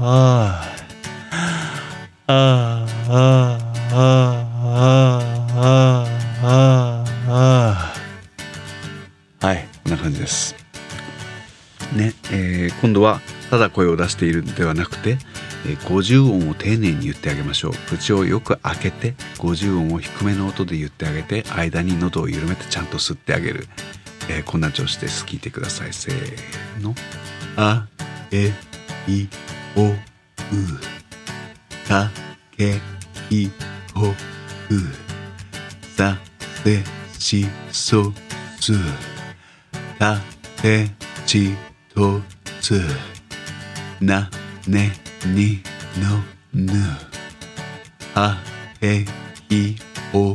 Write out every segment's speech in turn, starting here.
はい、こんな感じですね。今度はただ声を出しているのではなくて、50音を丁寧に言ってあげましょう。口をよく開けて50音を低めの音で言ってあげて、間に喉を緩めてちゃんと吸ってあげる、こんな調子です。聞いてください。せーの。あえいおうたけいこうさせしそすたてちとつなねにのぬあえいおう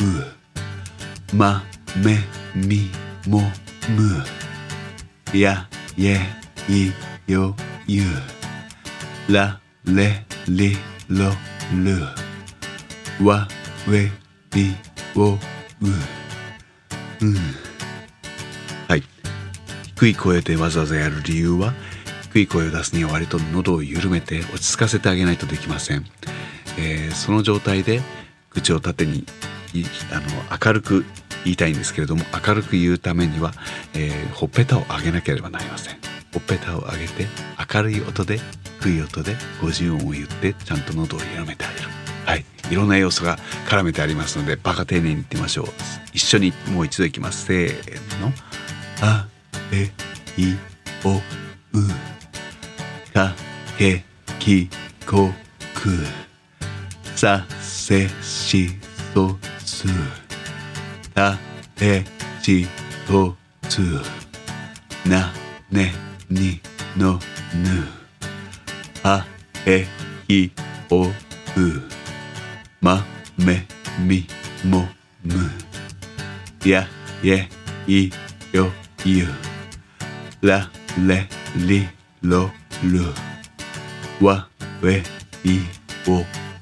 まめみもむやえいよゆられりろるわweりおうはい。低い声でわざわざやる理由は、低い声を出すには割と喉を緩めて落ち着かせてあげないとできません。その状態で口を縦に明るく言いたいんですけれども、明るく言うためには、ほっぺたを上げなければなりません。ほっぺたを上げて明るい音で低い音で50音を言ってちゃんと喉を緩めてあげる。はい、いろんな要素が絡めてありますので、バカ丁寧に言ってみましょう。一緒にもう一度いきます。せーの。あえいおうかけきこくさせしそすたてちとつなねにのぬあえいおうまめみもむやえいよゆられりろるわweいおう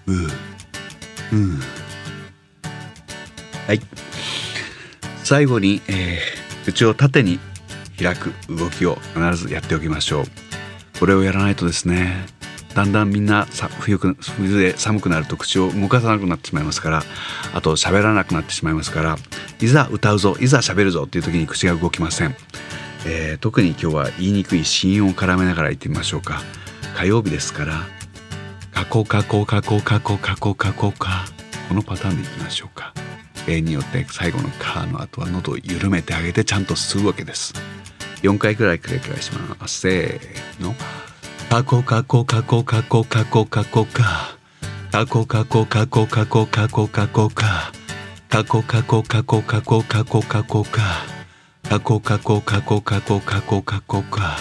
はい。最後に、口を縦に開く動きを必ずやっておきましょう。これをやらないとですね、だんだんみんな冬で寒くなると口を動かさなくなってしまいますから、あと喋らなくなってしまいますから、いざ歌うぞいざ喋るぞっていう時に口が動きません。特に今日は言いにくい子音を絡めながら言ってみましょうか。火曜日ですからカコカコカコカコカコカコカ、このパターンでいきましょうか。 によって最後のカーの後は喉を緩めてあげてちゃんと吸うわけです。4回くらい繰り返します。せーの。カコカコカコカコカコカコカカコカコカコカコカコカコカカコカコカコカコカコカコカカコカコカコカコカコカコカ。はい、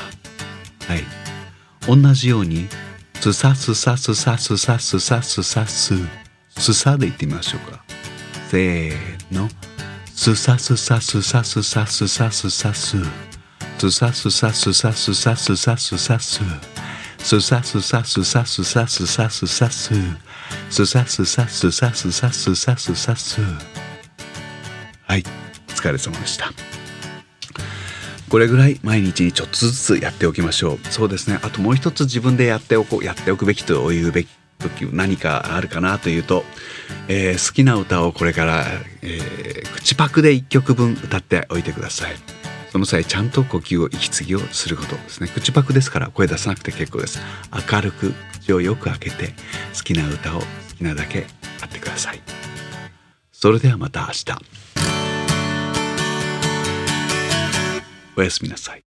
同じようにスサスサスサスサスサスサススサで言ってみましょうか。せーの。スサスサスサスサスサスサススサスサスサスサスサスサススサスサスサスサスサスサススサスサスサスサスサスサス。はい、お疲れ様でした。これぐらい毎日にちょっとずつやっておきましょう。そうですね。あともう一つ自分でやっておくべきというべき時何かあるかなというと、好きな歌をこれから、口パクで1曲分歌っておいてください。その際ちゃんと呼吸を息継ぎをすることですね。口パクですから声出さなくて結構です。明るく口をよく開けて好きな歌を好きなだけ歌ってください。それではまた明日。おやすみなさい。